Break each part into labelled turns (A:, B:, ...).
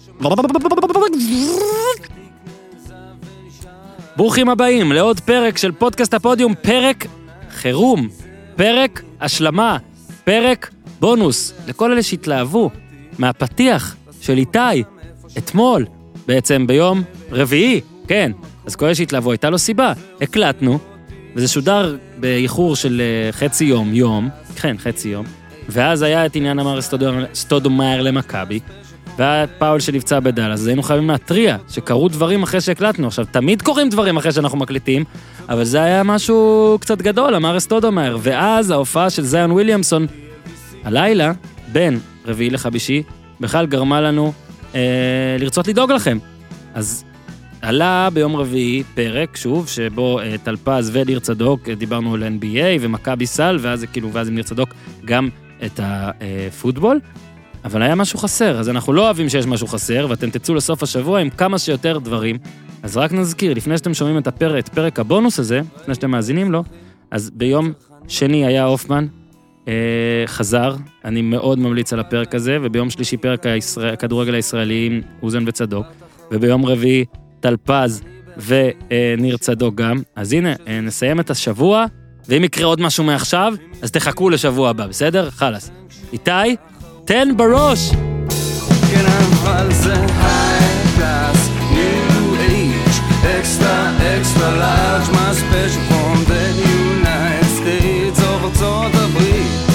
A: ברוכים הבאים לעוד פרק של פודקאסט הפודיום, פרק חירום, פרק השלמה, פרק בונוס, לכל אלה שהתלהבו מהפתיח של איתי אתמול, בעצם ביום רביעי, כן, אז כל אלה שהתלהבו, הייתה לו סיבה, הקלטנו, וזה שודר באיחור של חצי יום, ואז היה את עניין אמר סטודומאייר למכבי, והיה פאול שנפצע בדלס, אז היינו חייבים להתריע, שקרו דברים אחרי שהקלטנו. עכשיו, תמיד קורים דברים אחרי שאנחנו מקליטים, אבל זה היה משהו קצת גדול, אמר סטודומאייר, ואז ההופעה של זיון וויליאמסון, הלילה, בין רביעי לחמישי, בכלל גרמה לנו לרצות לדאוג לכם. אז עלה ביום רביעי פרק, שוב, שבו טלפז וניר צדוק, דיברנו על NBA ומכבי סל, ואז עם ניר צדוק גם את הפוטבול, אבל היה משהו חסר, אז אנחנו לא אוהבים שיש משהו חסר, ואתם תצאו לסוף השבוע עם כמה שיותר דברים. אז רק נזכיר, לפני שאתם שומעים את פרק הבונוס הזה, לפני שאתם מאזינים לו, אז ביום שני היה אופמן, חזר, אני מאוד ממליץ על הפרק הזה, וביום שלישי פרק הכדורגל הישראליים, אוזן וצדוק, וביום רביעי טלפז וניר צדוק גם. אז הנה, נסיים את השבוע, ואם יקרה עוד משהו מעכשיו, אז תחכו לשבוע הבא, בסדר? חלס. איתי, תן בראש!
B: כן, אבל זה high class, new age, extra large, my special from the United States of ארצות הברית.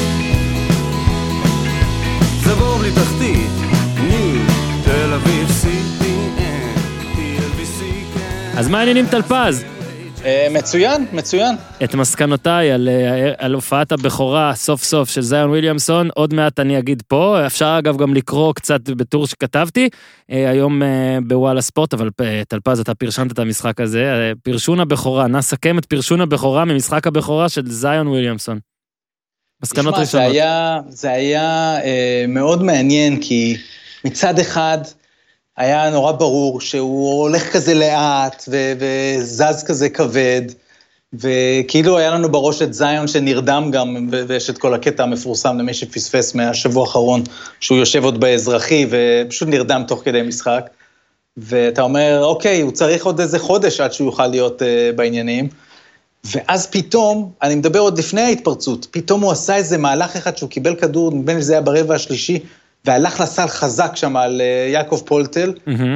B: זה בור בלי תחתית, new, תל אביב, CPN, TLBC, כן.
A: אז מה העניינים טלפז?
C: מצוין.
A: את מסקנותיי על הופעת הבכורה סוף סוף של זיון וויליאמסון, עוד מעט אני אגיד פה, אפשר אגב גם לקרוא קצת בטור שכתבתי, היום בוואלה ספורט, אבל טלפז אתה פרשנת את המשחק הזה, פרשון הבכורה, נסכם את פרשון הבכורה ממשחק הבכורה של זיון וויליאמסון. מסקנות ראשונות.
C: זה היה מאוד מעניין, כי מצד אחד, היה נורא ברור שהוא הולך כזה לאט, וזז כזה כבד, וכאילו היה לנו בראש את זיון שנרדם גם, ויש את כל הקטע המפורסם למי שפספס מהשבוע האחרון, שהוא יושב עוד באזרחי, ופשוט נרדם תוך כדי משחק, ואתה אומר, אוקיי, הוא צריך עוד איזה חודש עד שהוא יוכל להיות בעניינים, ואז פתאום, אני מדבר עוד לפני ההתפרצות, פתאום הוא עשה איזה מהלך אחד שהוא קיבל כדור, בין שזה היה ברבע השלישי, והלך לסל חזק שם על יעקב פולטל,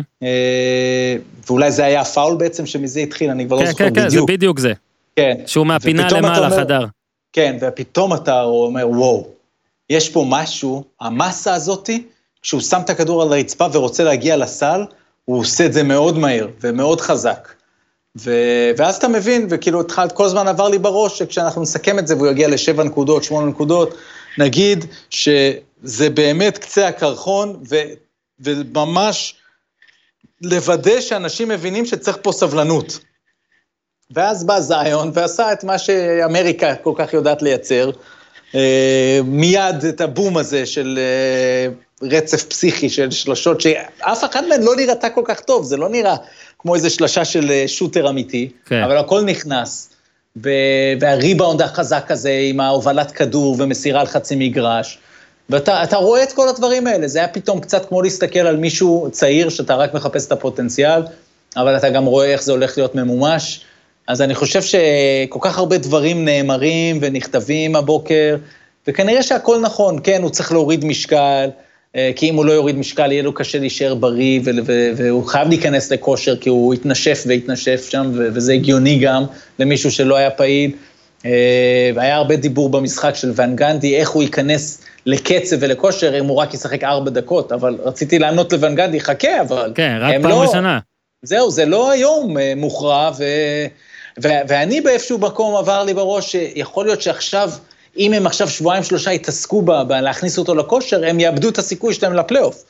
C: ואולי זה היה הפאול בעצם שמזה התחיל, אני כבר לא זוכר בדיוק.
A: כן, זה בדיוק זה.
C: כן.
A: שהוא מהפינה למעלה חדר.
C: כן, ופתאום אתה אומר, וואו, יש פה משהו, המסה הזאת, כשהוא שם את הכדור על הרצפה ורוצה להגיע לסל, הוא עושה את זה מאוד מהר ומאוד חזק. ואז אתה מבין, וכאילו כל הזמן עבר לי בראש, שכשאנחנו נסכם את זה, והוא יגיע ל7 נקודות, 8 נקודות, נגיד שזה באמת קצה הקרחון, וממש לוודא שאנשים מבינים שצריך פה סבלנות. ואז בא זיון ועשה את מה שאמריקה כל כך יודעת לייצר, מיד את הבום הזה של רצף פסיכי של שלשות, שאף אחד מהם לא נראתה כל כך טוב, זה לא נראה כמו איזה שלשה של שוטר אמיתי, כן. אבל הכל נכנס. והריבאונד החזק הזה עם ההובלת כדור ומסירה על חצי מגרש, ואתה רואה את כל הדברים האלה, זה היה פתאום קצת כמו להסתכל על מישהו צעיר שאתה רק מחפש את הפוטנציאל, אבל אתה גם רואה איך זה הולך להיות ממומש, אז אני חושב שכל כך הרבה דברים נאמרים ונכתבים הבוקר, וכנראה שהכל נכון, כן, הוא צריך להוריד משקל, כי אם הוא לא יוריד משקל, יהיה לו קשה להישאר בריא, והוא חייב להיכנס לכושר, כי הוא התנשף שם, וזה הגיוני גם למישהו שלא היה פעיל. והיה הרבה דיבור במשחק של ון גנדי, איך הוא ייכנס לקצב ולכושר, אם הוא רק ישחק 4 דקות, אבל רציתי לענות לוון גנדי, חכה, אבל...
A: כן, רק פעם ראשונה.
C: זהו, זה לא היום מוכרע, ואני באיפשהו מקום עבר לי בראש, שיכול להיות שעכשיו... אם הם עכשיו 2-3 יתעסקו להכניס אותו לכושר, הם יאבדו את הסיכוי שלהם לפלייאוף.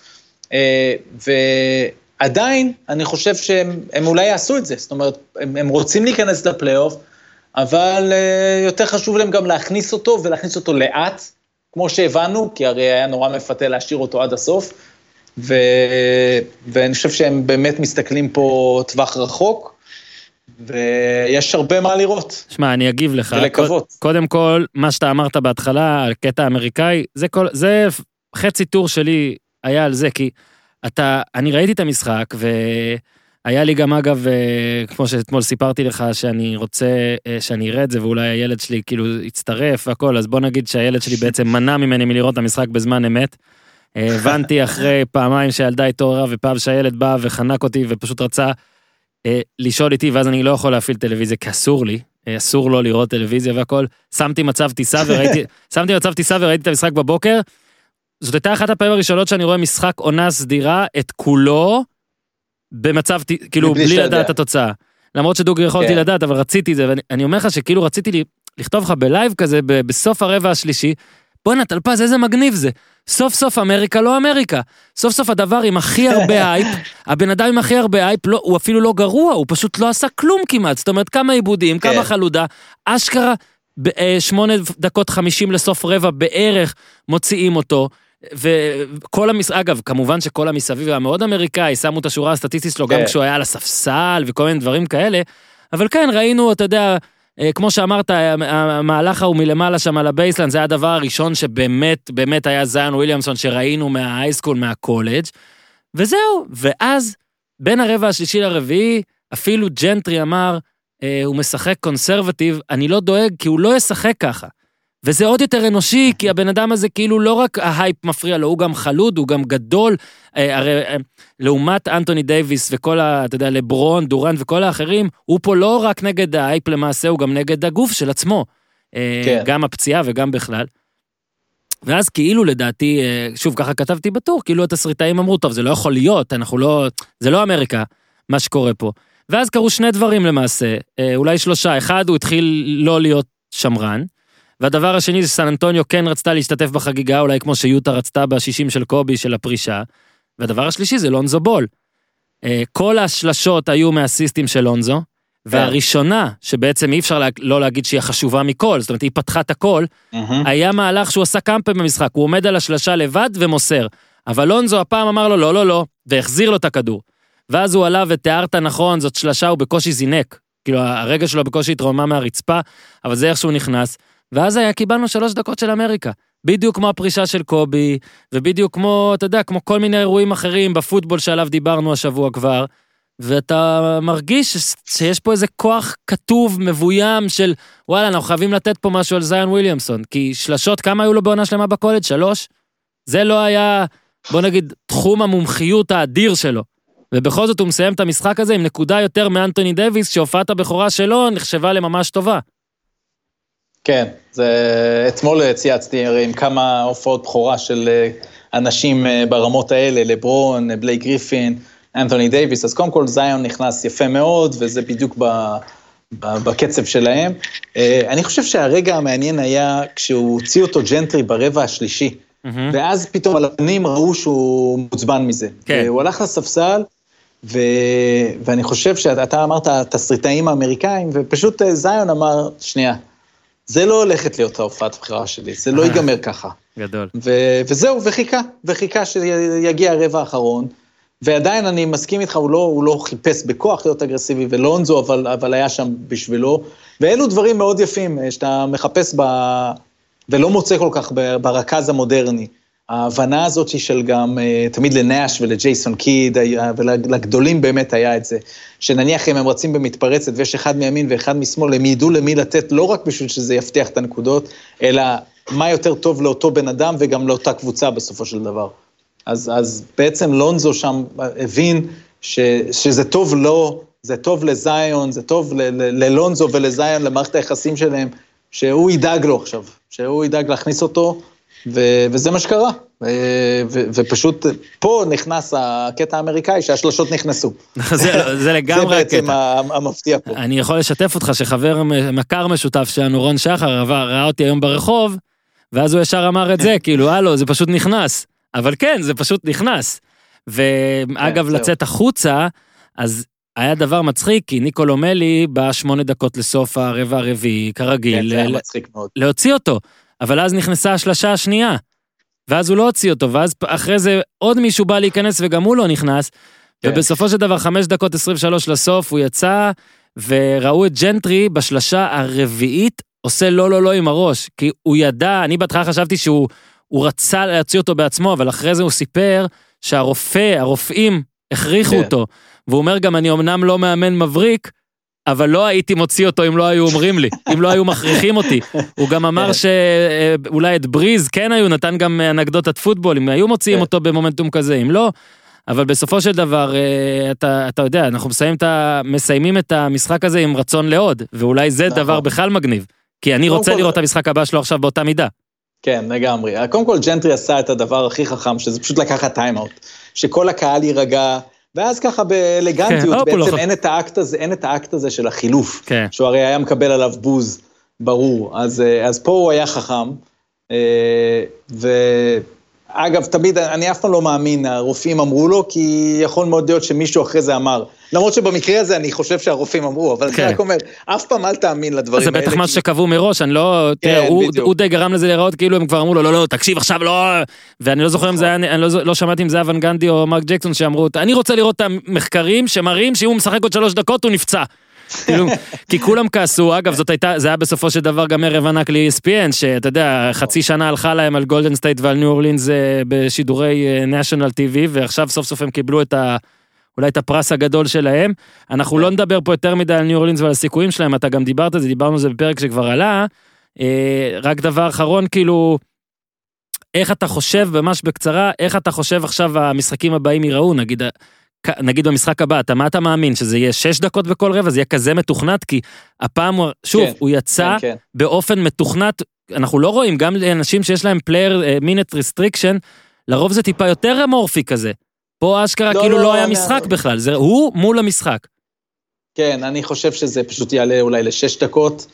C: ועדיין, אני חושב שהם אולי יעשו את זה, זאת אומרת, הם רוצים להיכנס לפלייאוף, אבל יותר חשוב להם גם להכניס אותו, ולהכניס אותו לאט, כמו שהבנו, כי הרי היה נורא מפתה להשאיר אותו עד הסוף, ואני חושב שהם באמת מסתכלים פה טווח רחוק, ויש הרבה מה לראות.
A: שמע, אני אגיב לך.
C: ולקוות.
A: קודם כל, מה שאתה אמרת בהתחלה, על קטע האמריקאי, זה חצי טור שלי היה על זה, כי אני ראיתי את המשחק, והיה לי גם אגב, כמו שאתמול סיפרתי לך, שאני רוצה, שאני אראה את זה, ואולי הילד שלי כאילו יצטרף והכל, אז בוא נגיד שהילד שלי בעצם מנע ממני מלראות את המשחק בזמן אמת. הבנתי אחרי פעמיים שהילדה התעוררה, ופעם שהילד בא וחנק אותי, ופשוט רצה לשאול איתי, ואז אני לא יכול להפעיל טלוויזיה, כי אסור לי, אסור לו לראות טלוויזיה והכל. שמתי מצב טיסה וראיתי את המשחק בבוקר. זאת הייתה אחת הפעמים הראשונות שאני רואה משחק עונה סדירה, את כולו, במצב, כאילו, בלי לדעת התוצאה. למרות שדוגרי יכולתי לדעת, אבל רציתי זה, ואני אומר לך שכאילו רציתי לכתוב לך בלייב כזה, בסוף הרבע השלישי, בוא נטלפז, איזה מגניב זה. סוף סוף אמריקה לא אמריקה. סוף סוף הדבר עם הכי הרבה אייפ, הבן אדם עם הכי הרבה אייפ, הוא אפילו לא גרוע, הוא פשוט לא עשה כלום כמעט. זאת אומרת, כמה עיבודים, כמה חלודה, אשכרה, 8 דקות 50 לסוף רבע בערך מוציאים אותו, וכל אגב, כמובן שכל המסביב היה מאוד אמריקאי, שמו את השורה הסטטיסטית שלו גם כשהוא היה על הספסל וכל מיני דברים כאלה, אבל כן, ראינו, אתה יודע, כמו שאמרת, המהלך הוא מלמעלה שם על הבייסלנד, זה היה הדבר הראשון שבאמת, באמת היה זיון וויליאמסון שראינו מההייסקול, מהקולג', וזהו, ואז בין הרבע השלישי לרביעי, אפילו ג'נטרי אמר, הוא משחק קונסרבטיב, אני לא דואג כי הוא לא ישחק ככה. וזה עוד יותר אנושי, כי הבן אדם הזה כאילו לא רק ההייפ מפריע לו, הוא גם חלוד, הוא גם גדול, הרי לעומת אנטוני דייביס וכל, אתה יודע, לברון, דורן וכל האחרים, הוא פה לא רק נגד ההייפ למעשה, הוא גם נגד הגוף של עצמו, גם הפציעה וגם בכלל. ואז כאילו לדעתי, שוב ככה כתבתי בטור, כאילו התסריטאים אמרו, טוב, זה לא יכול להיות, זה לא אמריקה, מה שקורה פה. ואז קרו שני דברים למעשה, אולי 3, אחד הוא התחיל לא להיות שמרן, והדבר השני זה סן אנטוניו כן רצתה להשתתף בחגיגה, אולי כמו שיוטה רצתה ב-60 של קובי של הפרישה, והדבר השלישי זה לונזו בול. כל השלשות היו מהסיסטים של לונזו, והראשונה, שבעצם אי אפשר לא להגיד שהיא החשובה מכל, זאת אומרת, היא פתחה את הכל, היה מהלך שהוא עשה כמה פעמים במשחק, הוא עומד על השלשה לבד ומוסר, אבל לונזו הפעם אמר לו לא, לא, לא, והחזיר לו את הכדור. ואז הוא עלה ותיארת נכון, זאת שלשה, הוא בקושי זינק, כאילו הרגע שלו בקושי התרוממה מהרצפה, אבל זה איך שהוא נכנס, ואז קיבלנו 3 דקות של אמריקה, בדיוק כמו הפרישה של קובי, ובדיוק כמו, אתה יודע, כמו כל מיני אירועים אחרים בפוטבול שעליו דיברנו השבוע כבר, ואתה מרגיש שיש פה איזה כוח כתוב, מבוים של, וואלה, אנחנו חייבים לתת פה משהו על זיון וויליאמסון, כי שלשות, כמה היו לו בעונה שלמה בקולג' 3? זה לא היה, בוא נגיד, תחום המומחיות האדיר שלו, ובכל זאת הוא מסיים את המשחק הזה עם נקודה יותר מאנטוני דייביס, שהופעת הבכורה שלו נחשבה לממש טובה.
C: כן, זה אתמול צייצתי עם כמה הופעות בכורה של אנשים ברמות האלה, לברון, בלייק גריפין, אנתוני דייביס, אז קודם כל זיון נכנס יפה מאוד, וזה בדיוק בקצב שלהם. אני חושב שהרגע המעניין היה כשהוא הוציא אותו ג'נטרי ברבע השלישי, ואז פתאום על הפנים ראו שהוא מוצבן מזה. הוא הלך לספסל, ואני חושב שאתה אמרת תסריטאים האמריקאים, ופשוט זיון אמר, שנייה, זה לא הולכת להיות ההופעת הבחירה שלי, זה לא ייגמר ככה.
A: גדול.
C: וזהו, וחיכה שיגיע הרבע האחרון, ועדיין אני מסכים איתך, הוא לא חיפש בכוח להיות אגרסיבי, ולונזו, אבל היה שם בשבילו, ואלו דברים מאוד יפים, שאתה מחפש ולא מוצא כל כך ברכז המודרני, ההבנה הזאת של גם, תמיד לנאש ולג'ייסון קיד, ולגדולים באמת היה את זה, שנניח אם הם רצים במתפרצת, ויש אחד מימין ואחד משמאל, הם ידעו למי לתת, לא רק בשביל שזה יבטיח את הנקודות, אלא מה יותר טוב לאותו בן אדם, וגם לאותה קבוצה בסופו של דבר. אז בעצם לונזו שם הבין, שזה טוב לו, זה טוב לזיון, זה טוב ללונזו ולזיון, למערכת היחסים שלהם, שהוא ידאג לו עכשיו, שהוא ידאג להכניס אותו, וזה מה שקרה, ופשוט פה נכנס הקטע האמריקאי שהשלשות נכנסו.
A: זה לגמרי הקטע.
C: זה בעצם המפתיע פה.
A: אני יכול לשתף אותך שחבר מכר משותף שלנו, רון שחר, ראה אותי היום ברחוב, ואז הוא ישר אמר את זה, כאילו, הלו, זה פשוט נכנס. אבל כן, זה פשוט נכנס. ואגב, לצאת החוצה, אז היה דבר מצחיק, כי ניקולו מלי בא 8 דקות לסוף הרבע הרביעי, כרגיל, להוציא אותו. אבל אז נכנסה השלשה השנייה, ואז הוא לא הוציא אותו, ואז אחרי זה עוד מישהו בא להיכנס וגם הוא לא נכנס, ובסופו של דבר 5 דקות 23 לסוף הוא יצא, וראו את ג'נטרי בשלשה הרביעית, עושה לא לא לא עם הראש, כי הוא ידע, אני בהתחלה חשבתי שהוא רצה להוציא אותו בעצמו, אבל אחרי זה הוא סיפר הרופאים הכריחו אותו, והוא אומר גם, אני אמנם לא מאמן מבריק, אבל לא הייתי מוציא אותו אם לא היו אומרים לי, אם לא היו מכריחים אותי. הוא גם אמר שאולי את בריז כן היו, נתן גם אנקדוטת פוטבול, אם היו מוציאים אותו במומנטום כזה, אם לא, אבל בסופו של דבר, אתה יודע, אנחנו מסיימים את המשחק הזה עם רצון לעוד, ואולי זה דבר בכלל מגניב, כי אני רוצה לראות את המשחק הבא שלו עכשיו באותה מידה.
C: כן, לגמרי. קודם כל, ג'נטרי עשה את הדבר הכי חכם, שזה פשוט לקחת טיימאוט, שכל הקהל יירגע, ואז ככה באלגנטיות, בעצם אין את האקט הזה של החילוף, שהוא הרי היה מקבל עליו בוז, ברור. אז פה הוא היה חכם, ואגב, תמיד, אני אף פעם לא מאמין, הרופאים אמרו לו, כי יכול מאוד להיות שמישהו אחרי זה אמר, למרות שבמקרה הזה אני חושב שהרופאים אמרו, אבל אני רק אומר, אף פעם אל תאמין לדברים האלה.
A: זה בטח משהו שקבעו מראש, אני לא, תראה, הוא די גרם לזה להיראות, כאילו הם כבר אמרו לו, לא, תקשיב עכשיו, לא, ואני לא זוכר אם זה היה, אני לא שמעתי אם זה היה ון גנדי או מרק ג'קסון שאמרו, אני רוצה לראות את המחקרים שמראים שאם הוא משחק עוד 3 דקות הוא נפצע. כי כולם כעסו, אגב, זה היה בסופו של דבר גם ערב ענק ל-ESPN, שאתה יודע, חצי שנה הלכה להם על גולדן סטייט ועל ניו אורלינס בשידורי נשיונל TV, ועכשיו סוף סוף הם קיבלו אולי את הפרס הגדול שלהם. אנחנו לא נדבר פה יותר מדי על ניו אורלינס ועל הסיכויים שלהם, אתה גם דיברת על זה, דיברנו על זה בפרק שכבר עלה, רק דבר אחרון, כאילו, איך אתה חושב, ממש בקצרה, איך אתה חושב עכשיו המשחקים הבאים ייראו, נגיד במשחק הבא, מה אתה מאמין, שזה יהיה 6 דקות בכל רבע, זה יהיה כזה מתוכנת, כי הפעם, שוב, הוא יצא באופן מתוכנת, אנחנו לא רואים, גם לאנשים שיש להם player minute restriction, לרוב זה טיפה יותר אמורפי כזה, פה אשכרה כאילו לא היה משחק בכלל, זה הוא מול המשחק.
C: כן, אני חושב שזה פשוט יעלה אולי ל6 דקות,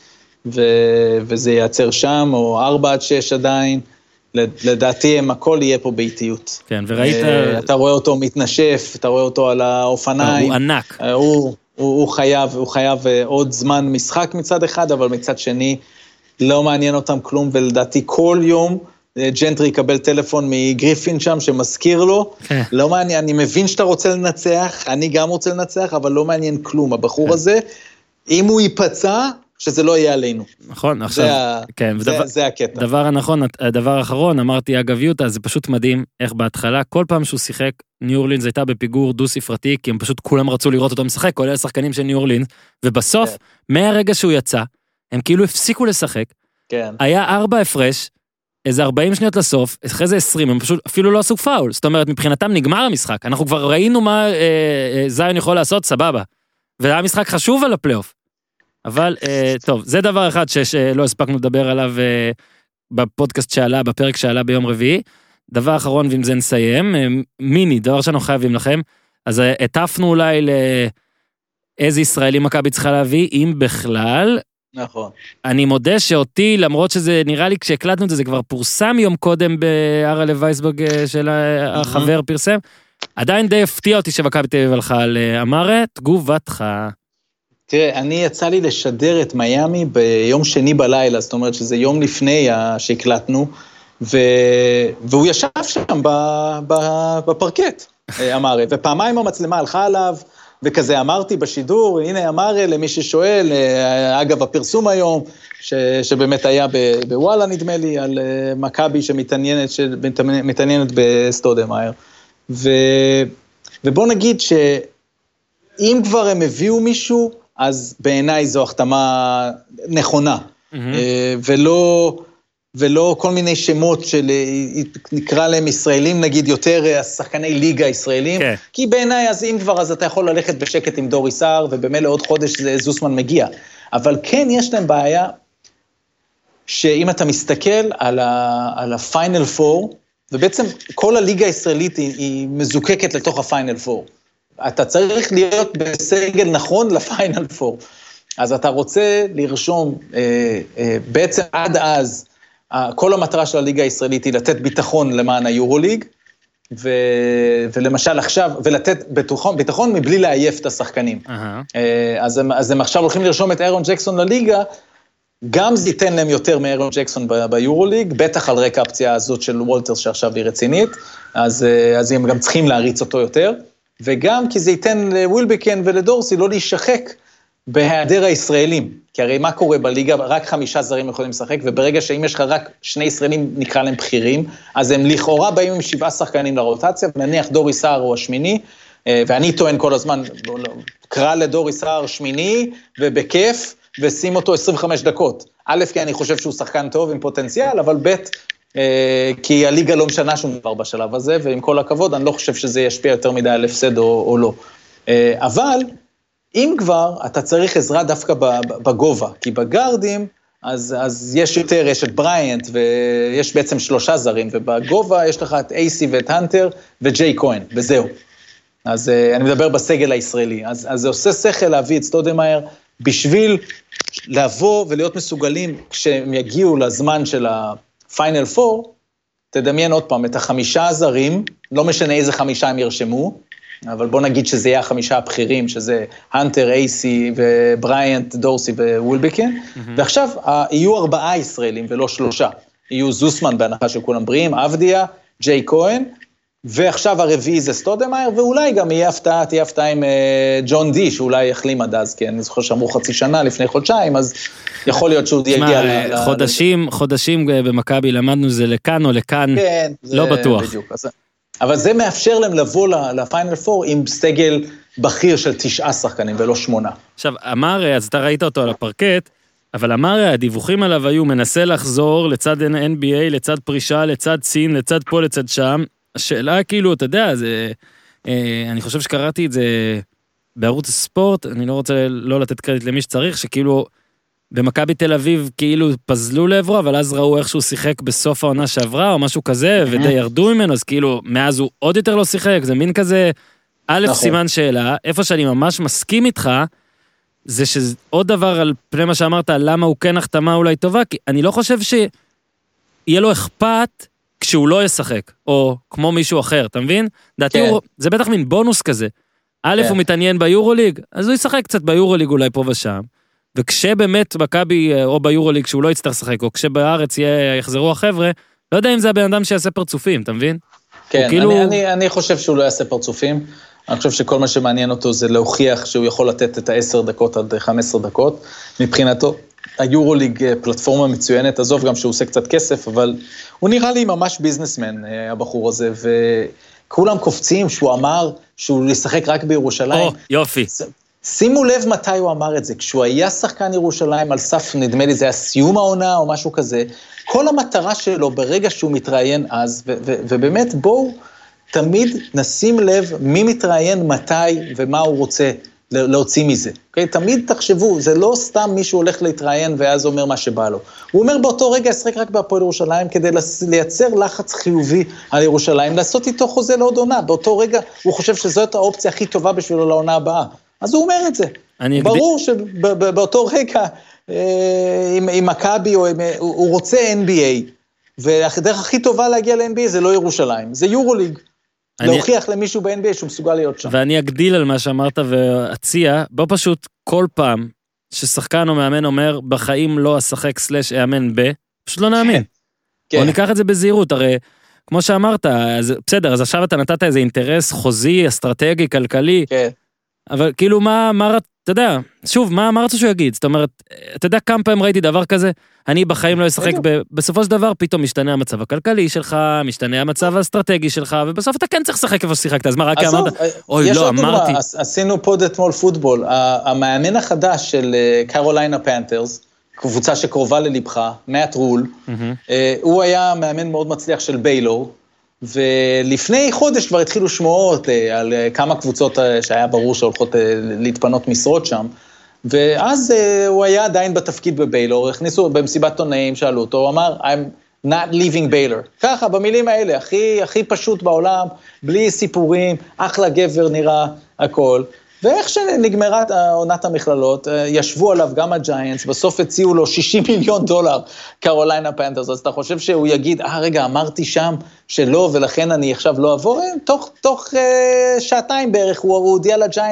C: וזה ייעצר שם, או 4 עד 6 עדיין, לדעתי הכל יהיה פה באיטיות.
A: כן, וראית...
C: אתה רואה אותו מתנשף, אתה רואה אותו על האופניים.
A: הוא ענק.
C: הוא חייב עוד זמן משחק מצד אחד, אבל מצד שני לא מעניין אותם כלום, ולדעתי כל יום ג'נטרי יקבל טלפון מגריפין שם שמזכיר לו, לא מעניין, אני מבין שאתה רוצה לנצח, אני גם רוצה לנצח, אבל לא מעניין כלום, הבחור הזה, אם הוא ייפצע, שזה לא יהיה עלינו.
A: נכון, עכשיו, כן,
C: זה הקטע.
A: הדבר האחרון, אמרתי אגב יוטה, זה פשוט מדהים, איך בהתחלה, כל פעם שהוא שיחק, ניו אורלינס הייתה בפיגור דו ספרתי, כי הם פשוט כולם רצו לראות אותו משחק, כולל השחקנים של ניו אורלינס, ובסוף, מהרגע שהוא יצא, הם כאילו הפסיקו לשחק, היה 4 הפרש, איזה 40 שניות לסוף, אחרי זה 20, הם פשוט אפילו לא עשו פאול, זאת אומרת, מבחינתם נגמר המשחק, אנחנו כבר ראינו מה זיון יכול לעשות, סבבה, והיה משחק חשוב על הפלייאוף. אבל, טוב, זה דבר אחד שלא הספקנו לדבר עליו בפודקאסט שעלה, בפרק שעלה ביום רביעי. דבר אחרון, ועם זה נסיים, מיני, דבר שאנחנו חייבים לכם, אז הטפנו אולי לאיזה ישראלי מכבי צריכה להביא, אם בכלל.
C: נכון.
A: אני מודה שאותי, למרות שזה נראה לי, כשהקלטנו את זה, זה כבר פורסם יום קודם בארלה וייסברג של החבר פרסם, עדיין די הפתיע אותי שמכבי תל אביב הלכה על אמרה, תגובתך.
C: תראה, אני יצא לי לשדר את מיאמי ביום שני בלילה, זאת אומרת שזה יום לפני שהקלטנו, והוא ישב שם בפרקט, אמרה, ופעמיים המצלמה הלכה עליו, וכזה אמרתי בשידור, הנה אמרה למי ששואל, אגב הפרסום היום, שבאמת היה בוואלה נדמה לי, על מכבי שמתעניינת בסטודמאייר, ובוא נגיד שאם כבר הם הביאו מישהו, אז בעיניי זו החתמה נכונה, ולא כל מיני שמות של, נקרא להם ישראלים, נגיד יותר השחקני ליגה ישראלים, כי בעיניי אז אם כבר, אז אתה יכול ללכת בשקט עם דורי סער, ובאמת לעוד חודש זוסמן מגיע, אבל כן יש להם בעיה, שאם אתה מסתכל על הפיינל פור, ובעצם כל הליגה הישראלית היא מזוקקת לתוך הפיינל פור, אתה צריך להיות בסגל נכון לפיינל פור. אז אתה רוצה לרשום, בעצם עד אז, כל המטרה של הליגה הישראלית היא לתת ביטחון למען היורוליג, ולמשל עכשיו, ולתת ביטחון מבלי לעייף את השחקנים. אז הם עכשיו הולכים לרשום את אירון ג'קסון לליגה, גם זה ייתן להם יותר מאירון ג'קסון ביורוליג, בטח על רקע הפציעה הזאת של וולטרס שעכשיו היא רצינית, אז הם גם צריכים להריץ אותו יותר, וגם כי זה ייתן לווילבקן ולדורסי לא להישחק בהיעדר הישראלים, כי הרי מה קורה בליגה, רק 5 זרים יכולים לשחק, וברגע שאם יש לך רק 2 ישראלים, נקרא להם בכירים, אז הם לכאורה באים עם 7 שחקנים לרוטציה, ונניח דורי סער הוא השמיני, ואני טוען כל הזמן, קרא לדורי סער שמיני, ובכיף, ושים אותו 25 דקות. א', כי אני חושב שהוא שחקן טוב עם פוטנציאל, אבל ב', כי הליגה לא משנה שום דבר בשלב הזה, ועם כל הכבוד, אני לא חושב שזה ישפיע יותר מדי על הפסד או לא. אבל, אם כבר, אתה צריך עזרה דווקא בגובה, כי בגארדים, אז יש יותר, יש את בריינט, ויש בעצם 3 זרים, ובגובה יש לך את אייסי ואת הנטר, וג'יי כהן, וזהו. אז אני מדבר בסגל הישראלי, אז זה עושה שכל להביא את סטודמאייר, בשביל לבוא ולהיות מסוגלים, כשהם יגיעו לזמן של הפיינל 4, תדמיין עוד פעם, את 5 זרים, לא משנה איזה 5 הם ירשמו, אבל בוא נגיד שזה יהיה 5 הבכירים, שזה הנטר, אייסי ובריינט, דורסי ווולביקן, ועכשיו יהיו 4 ישראלים ולא 3, יהיו זוסמן בהנחה שכולם בריאים, אבדיה, ג'יי כהן, ועכשיו הרביעי זה סטודמאייר, ואולי גם תהיה הפתעה עם ג'ון די, שאולי יחלים עד אז, כי אני זוכר שאמרו חצי שנה לפני חודשיים, אז יכול להיות שהוא יגיע
A: חודשים במכבי למדנו זה לכאן או לכאן, לא בטוח.
C: בדיוק, אבל זה מאפשר להם לבוא לפיינל 4 עם סגל בכיר של 9 שחקנים ולא 8.
A: עכשיו, אמר, אז אתה ראית אותו על הפרקט, אבל אמר, הדיווחים עליו היו מנסה לחזור לצד NBA, לצד פרישה, לצד סין, לצד פה, לצד שם. השאלה כאילו, אתה יודע, אני חושב שקראתי את זה בערוץ הספורט, אני לא רוצה לא לתת קרדיט למי שצריך, שכאילו במכבי תל אביב כאילו פזלו לעברו, אבל אז ראו איך שהוא שיחק בסוף העונה שעברה, או משהו כזה, ודי ירדו ממנו, אז כאילו מאז הוא עוד יותר לא שיחק, זה מין כזה, א' סימן שאלה, איפה שאני ממש מסכים איתך, זה שעוד דבר על פני מה שאמרת, למה הוא כן החתמה אולי טובה, כי אני לא חושב שיהיה לו אכפת, כשהוא לא ישחק, או כמו מישהו אחר, אתה מבין? דעתי, זה בטח מין בונוס כזה. א', הוא מתעניין ביורוליג, אז הוא ישחק קצת ביורוליג אולי פה ושם, וכשבאמת מכבי, או ביורוליג, כשהוא לא יצטרך לשחק, או כשבארץ יחזרו החבר'ה, לא יודע אם זה הבן אדם שיעשה פרצופים, אתה מבין?
C: כן, אני חושב שהוא לא יעשה פרצופים, אני חושב שכל מה שמעניין אותו זה להוכיח שהוא יכול לתת את 10 דקות עד 15 דקות, מבחינתו. היורוליג פלטפורמה מצוינת, עזוב גם שהוא עושה קצת כסף, אבל הוא נראה לי ממש ביזנסמן, הבחור הזה, וכולם קופצים שהוא אמר שהוא ישחק רק בירושלים.
A: יופי.
C: שימו לב מתי הוא אמר את זה, כשהוא היה שחקן ירושלים על סף, נדמה לי זה היה סיום העונה או משהו כזה, כל המטרה שלו ברגע שהוא מתראיין אז, ובאמת בואו תמיד נשים לב מי מתראיין מתי ומה הוא רוצה להוציא מזה. Okay? תמיד תחשבו, זה לא סתם מישהו הולך להתראיין ואז אומר מה שבא לו. הוא אומר באותו רגע, אשחק רק בהפועל ירושלים, כדי לייצר לחץ חיובי על ירושלים, לעשות איתו חוזה לעוד עונה. באותו רגע הוא חושב שזאת האופציה הכי טובה בשבילו לעונה הבאה. אז הוא אומר את זה. ברור שבאותו רגע, עם מכבי, הוא רוצה NBA, והדרך הכי טובה להגיע ל-NBA זה לא ירושלים, זה יורוליג. להוכיח למישהו ב-NBA שהוא מסוגל להיות שם.
A: ואני אגדיל על מה שאמרת ואציע, בוא פשוט כל פעם ששחקן או מאמן אומר, בחיים לא אשחק סלש אאמן פשוט לא נאמין. בוא ניקח את זה בזהירות, הרי כמו שאמרת, בסדר, אז עכשיו אתה נתת איזה אינטרס חוזי, אסטרטגי, כלכלי, אבל כאילו אתה יודע, שוב, מה רצו שהוא יגיד? זאת אומרת, אתה יודע כמה פעמים ראיתי דבר כזה? אני בחיים לא אשחק, בסופו של דבר פתאום משתנה המצב הכלכלי שלך, משתנה המצב האסטרטגי שלך, ובסוף אתה כן צריך לשחק איפה ששיחקת, אז מה רק אמרת? אוי, לא, אמרתי.
C: עשינו פוד אתמול פוטבול, המאמן החדש של קרוליינה פנתרס, קבוצה שקרובה ללבך, מאט רול, הוא היה מאמן מאוד מצליח של ביילור, ולפני חודש כבר התחילו שמועות על כמה קבוצות שהיה ברור שהולכות להתפנות משרות שם, ואז הוא היה עדיין בתפקיד בביילור, הכניסו במסיבת עונאים, שאלו אותו, הוא אמר, I'm not leaving Baylor. ככה, במילים האלה, הכי פשוט בעולם, בלי סיפורים, אחלה גבר נראה הכל, ואיך שנגמרה עונת המכללות, ישבו עליו גם הג'יינטס, בסוף הציעו לו $60 מיליון, קרוליינה פנתרס, אז אתה חושב שהוא יגיד, רגע, אמרתי שם שלא, ולכן אני עכשיו לא אעבור, תוך שעתיים בערך, הוא הודיע לג'יינטס,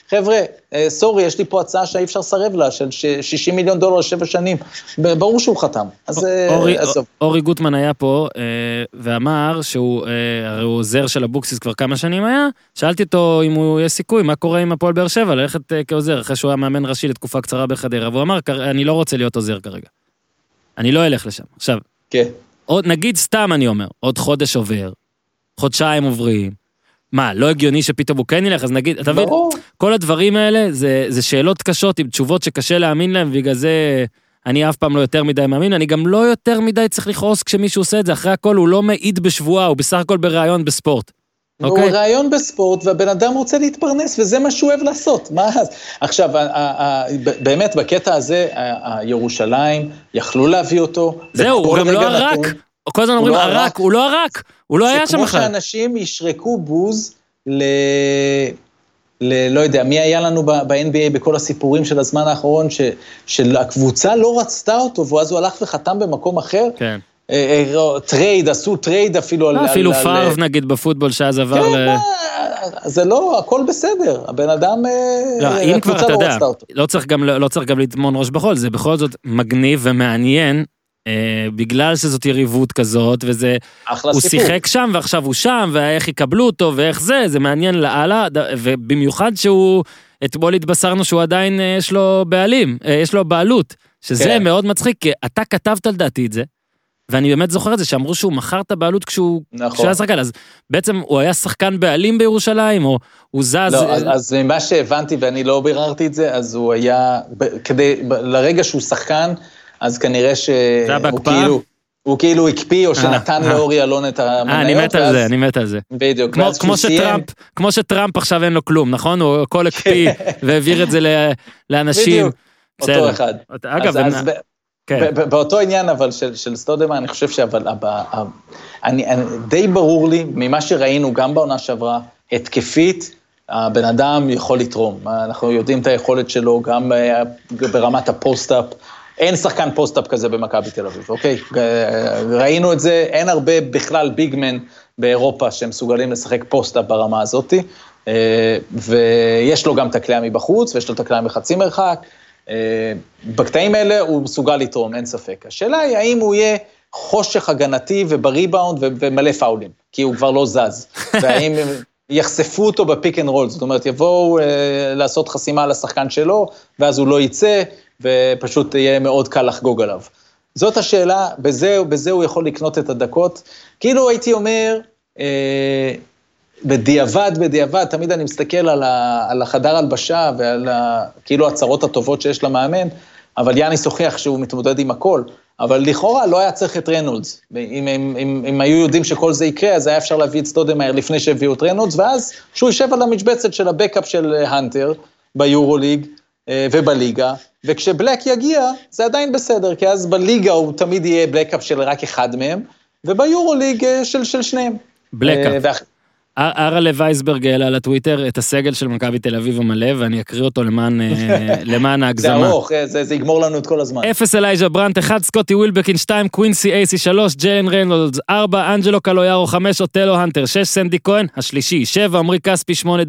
C: חבר'ה, סורי, יש לי פה הצעה שאי אפשר לסרב לה, של $60 מיליון 7 שנים, ברור שהוא חתם. אז
A: אורי גוטמן היה פה, ואמר שהוא, הרי הוא עוזר של אבוקסיס כבר כמה שנים היה, שאלתי אותו אם הוא יש סיכוי, מה קורה עם הפועל באר שבע, ללכת כעוזר, אחרי שהוא היה מאמן ראשי לתקופה קצרה בחדרה, והוא אמר, אני לא רוצה להיות עוזר כרגע. אני לא אלך לשם. עכשיו, נגיד סתם אני אומר, עוד חודש עובר, חודשיים עוברים, מה, לא הגיוני שפתאום הוא כן ילך, אז נגיד, אתה מבין, כל הדברים האלה, זה שאלות קשות עם תשובות שקשה להאמין להם, ובגלל זה אני אף פעם לא יותר מדי מאמין, אני גם לא יותר מדי צריך לכעוס כשמישהו עושה את זה, אחרי הכל הוא לא מעיד בשבועה, הוא בסך הכל ברעיון בספורט.
C: הוא רעיון בספורט, והבן אדם רוצה להתפרנס, וזה מה שהוא אוהב לעשות. מה אז? עכשיו, באמת, בקטע הזה, הירושלים, יכלו להביא אותו.
A: זהו, הוא גם לא הרק. כל הזמן אומרים, הרק, הוא לא הרק. הוא לא היה שם
C: כמו
A: בכלל.
C: שאנשים ישרקו בוז לא יודע, מי היה לנו ב-NBA בכל הסיפורים של הזמן האחרון, שהקבוצה לא רצתה אותו, ואז הוא הלך וחתם במקום אחר.
A: כן.
C: טרייד, עשו טרייד אפילו.
A: אפילו פארב נגיד בפוטבול שאז עבר ל...
C: זה לא, הכל בסדר, הבן אדם, הקבוצה לא רצתה אותו.
A: לא צריך גם לטמון ראש בחול, זה בכל זאת מגניב ומעניין, בגלל שזאת יריבות כזאת, וזה, הוא שיחק שם ועכשיו הוא שם, ואיך יקבלו אותו ואיך זה מעניין לעלה, ובמיוחד שהוא, אתמול התבשרנו שהוא עדיין יש לו בעלים, יש לו בעלות, שזה מאוד מצחיק, כי אתה כתבת לדעתי את זה, ואני באמת זוכר את זה, שאמרו שהוא מכר את הבעלות כשהוא היה שחקן, אז בעצם הוא היה שחקן בעלים בירושלים, או הוא זז...
C: לא, אז ממה שהבנתי, ואני לא ביררתי את זה, אז הוא היה, לרגע שהוא שחקן, אז כנראה שהוא כאילו הקפיא, או שנתן לאורי אלון את המניות.
A: אני מת על זה.
C: בדיוק.
A: כמו שטראמפ עכשיו אין לו כלום, נכון? הוא הכל הקפיא, והעביר את זה לאנשים.
C: בדיוק, אותו אחד.
A: אגב,
C: באותו עניין, אבל של סטודמן, אני חושב די ברור לי, ממה שראינו גם בעונה שעברה, התקפית, הבן אדם יכול לתרום. אנחנו יודעים את היכולת שלו, גם ברמת הפוסט-אפ, אין שחקן פוסט-אפ כזה במכבי תל אביב, אוקיי? ראינו את זה, אין הרבה בכלל ביגמן באירופה שמסוגלים לשחק פוסט-אפ ברמה הזאת, ויש לו גם את הקלעה מבחוץ, ויש לו את הקלעה מחצי מרחק, בקטעים האלה הוא מסוגל לתרום, אין ספק. השאלה היא, האם הוא יהיה חושך הגנתי ובריבאונד ומלא פאולים, כי הוא כבר לא זז, והאם יחשפו אותו בפיק אנד רול, זאת אומרת, יבואו לעשות חסימה לשחקן שלו, ואז הוא לא יצא, ופשוט יהיה מאוד קל לחגוג עליו. זאת השאלה, בזה הוא יכול לקנות את הדקות. כאילו הייתי אומר, בדיעבד, תמיד אני מסתכל על החדר הלבשה, ועל כאילו הצרות הטובות שיש למאמן, אבל יאניס הוכיח שהוא מתמודד עם הכל, אבל לכאורה לא היה צריך את רנולדס. אם היו יודעים שכל זה יקרה, אז היה אפשר להביא את סטודמאייר לפני שהביאו את רנולדס, ואז שהוא יישב על המשבצת של הבקאפ של הנטר, ביורוליג ובליגה, וכשבלק יגיע, זה עדיין בסדר, כי אז בליגה הוא תמיד יהיה בלקאפ של רק אחד מהם, וביורוליג של שניהם.
A: בלקאפ. ארלה וייסברג העלה לטוויטר את הסגל של מכבי תל אביב המלא, ואני אקריא אותו למען ההגזמה.
C: זה ארוך, זה יגמור לנו את כל הזמן.
A: 0 אלייג'ה ברנט, 1 סקוטי ווילבקין, 2 קווינסי אייסי, 3 ג'לן ריינולדס, 4 אנג'לו קלויארו, 5 אוטלו הנטר, 6 סנדי כהן, השלישי, 7 עמרי כספי, 8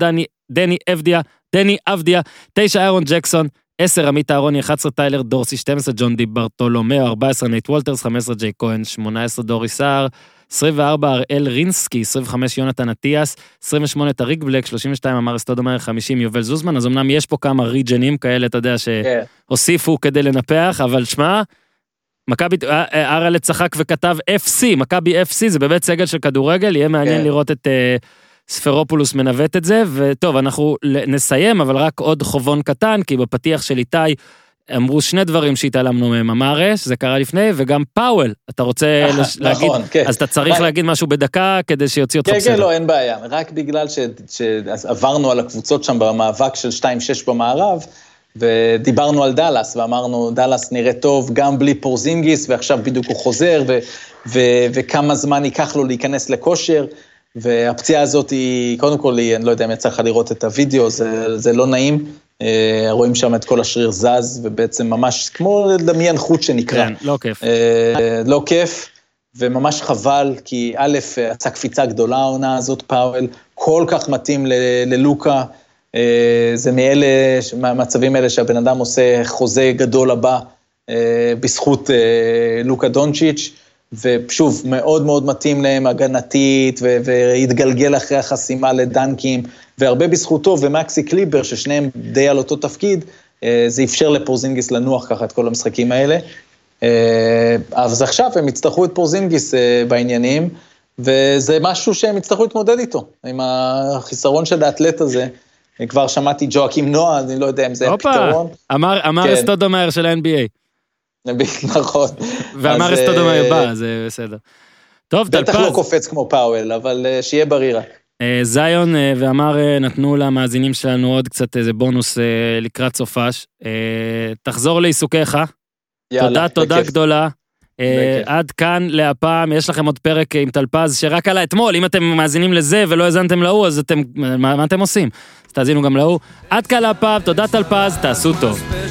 A: דני אבדיה, 9 איירון ג'קסון, 10 עמית אהרוני, 11 טיילר דורסי, 12 ג'ון די ברטולומיאו, 14 נייט וולטרס, 15 ג'יי כהן, 18 דורי סער, 24 אראל רינסקי, 25 יונתן עטיאס, 28 טריק בלק, 32 אמר סטודמאייר, 50 יובל זוזמן, אז אמנם יש פה כמה ריג'נים כאלה, אתה יודע, שהוסיפו כדי לנפח, אבל שמה, מכבי, אראל צחק וכתב FC, מכבי FC, זה באמת סגל של כדורגל, יהיה מעניין לראות את ספרופולוס מנווט את זה, וטוב, אנחנו נסיים, אבל רק עוד חובון קטן, כי בפתיח של איתי, אמרו שני דברים שהתעלמנו מהם, אמרש, זה קרה לפני, וגם פאוול, אתה רוצה להגיד, אז אתה צריך להגיד משהו בדקה, כדי שיוציא אותך בסדר.
C: כן, לא, אין בעיה, רק בגלל שעברנו על הקבוצות שם במאבק של 2-6 במערב, ודיברנו על דלס, ואמרנו, דלס נראה טוב, גם בלי פורזינגיס, ועכשיו בדיוק הוא חוזר, וכמה זמן ייקח לו להיכנס לכושר, והפציעה הזאת היא, קודם כל, אני לא יודע אם יצא לך לראות את הוידאו, זה לא נעים, רואים שם את כל השריר זז, ובעצם ממש כמו לדמיין חוט שנקרא.
A: כן, לא כיף.
C: לא כיף, וממש חבל, כי א', עשה קפיצה גדולה העונה הזאת, פאוול, כל כך מתאים ללוקה, זה מהמצבים האלה שהבן אדם עושה חוזה גדול הבא, בזכות לוקה דונצ'יץ', ושוב, מאוד מאוד מתאים להם הגנתית, והתגלגל אחרי החסימה לדנקים, והרבה בזכותו, ומקסי קליבר, ששניהם די על אותו תפקיד, זה אפשר לפורזינגיס לנוח ככה את כל המשחקים האלה. אז עכשיו הם יצטרכו את פורזינגיס בעניינים, וזה משהו שהם יצטרכו להתמודד איתו, עם החיסרון של האתלט הזה. כבר שמעתי ג'ואקים נועה, אני לא יודע אם זה הפתרון.
A: אמר אסטודומאייר של ה-NBA.
C: נכון.
A: ואמר אסטודומאייר בא, זה בסדר. טוב, טלפז.
C: בטח לא קופץ כמו פאוול, אבל שיהיה בריא רק.
A: זיון ואמר נתנו למאזינים שלנו עוד קצת איזה בונוס לקראת סופש. תחזור לעיסוקיך. תודה גדולה. עד כאן להפעם, יש לכם עוד פרק עם טלפז שרק עלה אתמול, אם אתם מאזינים לזה ולא הזנתם להוא, אז מה אתם עושים? אז תאזינו גם להוא. עד כאן להפעם, תודה טלפז, תעשו טוב.